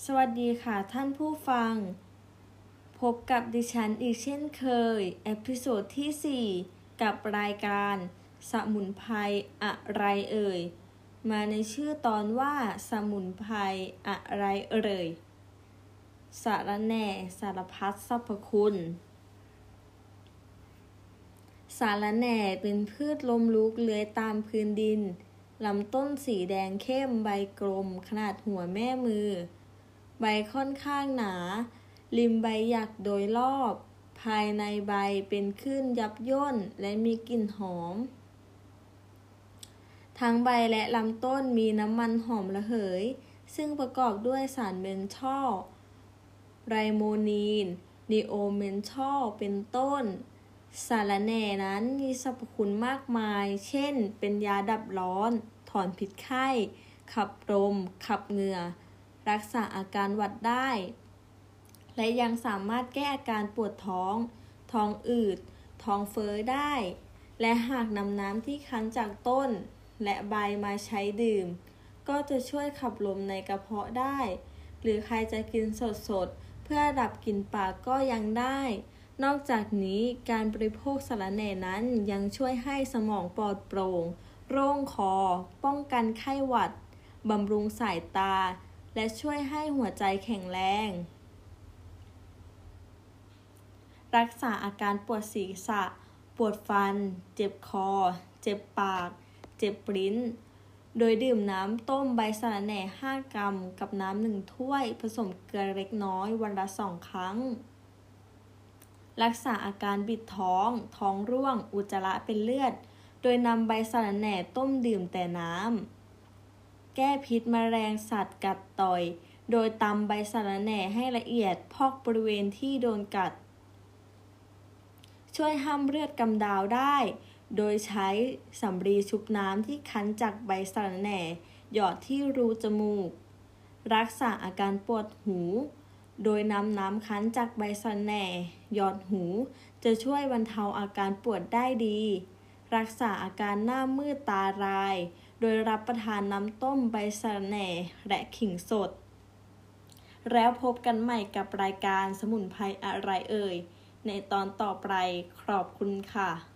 วัสดีค่ะท่านผู้ฟังพบกับดิฉันอีกเช่นเคยเอพิโซดที่4กับรายการสมุนไพรอะไรเอ่ยมาในชื่อตอนว่าสมุนไพรอะไรเอ่ยสารแหน่สารพัดสรรพคุณสารแหน่เป็นพืชล้มลุกเลื้อยตามพื้นดินลำต้นสีแดงเข้มใบกลมขนาดหัวแม่มือใบค่อนข้างหนาริมใบหยักโดยรอบภายในใบเป็นคลื่นยับย่นและมีกลิ่นหอมทั้งใบและลำต้นมีน้ำมันหอมระเหยซึ่งประกอบด้วยสารเมนทอลไรโมนีนนีโอเมนทอลเป็นต้นสารแหน่นั้นมีสรรพคุณมากมายเช่นเป็นยาดับร้อนถอนพิษไข้ขับลมขับเหงื่อรักษาอาการหวัดได้และยังสามารถแก้อาการปวดท้องท้องอืดท้องเฟ้อได้และหากนำน้ำที่คั้นจากต้นและใบมาใช้ดื่มก็จะช่วยขับลมในกระเพาะได้หรือใครจะกินสดๆเพื่อดับกลิ่นปากก็ยังได้นอกจากนี้การบริโภคสาระแหน่นั้นยังช่วยให้สมองปลอดโปร่งโล่งคอป้องกันไข้หวัดบำรุงสายตาและช่วยให้หัวใจแข็งแรงรักษาอาการปวดศีรษะปวดฟันเจ็บคอเจ็บปากเจ็บลิ้นโดยดื่มน้ำต้มใบสะระแหน่5 กรัมกับน้ำ1 ถ้วยผสมเกลือเล็กน้อยวันละ2 ครั้งรักษาอาการบิดท้องท้องร่วงอุจจาระเป็นเลือดโดยนำใบสะระแหน่ต้มดื่มแต่น้ำแก้พิษแมลงสัตว์กัดต่อยโดยตำใบสะระแหน่ให้ละเอียดพอกบริเวณที่โดนกัดช่วยห้ามเลือดกำเดาได้โดยใช้สำลีชุบน้ำที่คั้นจากใบสะระแหน่หยอดที่รูจมูกรักษาอาการปวดหูโดยนำน้ำคั้นจากใบสะระแหน่หยอดหูจะช่วยบรรเทาอาการปวดได้ดีรักษาอาการหน้ามืดตาลายโดยรับประทานน้ำต้มใบสะระแหน่และขิงสดแล้วพบกันใหม่กับรายการสมุนไพรอะไรเอ่ยในตอนต่อไปขอบคุณค่ะ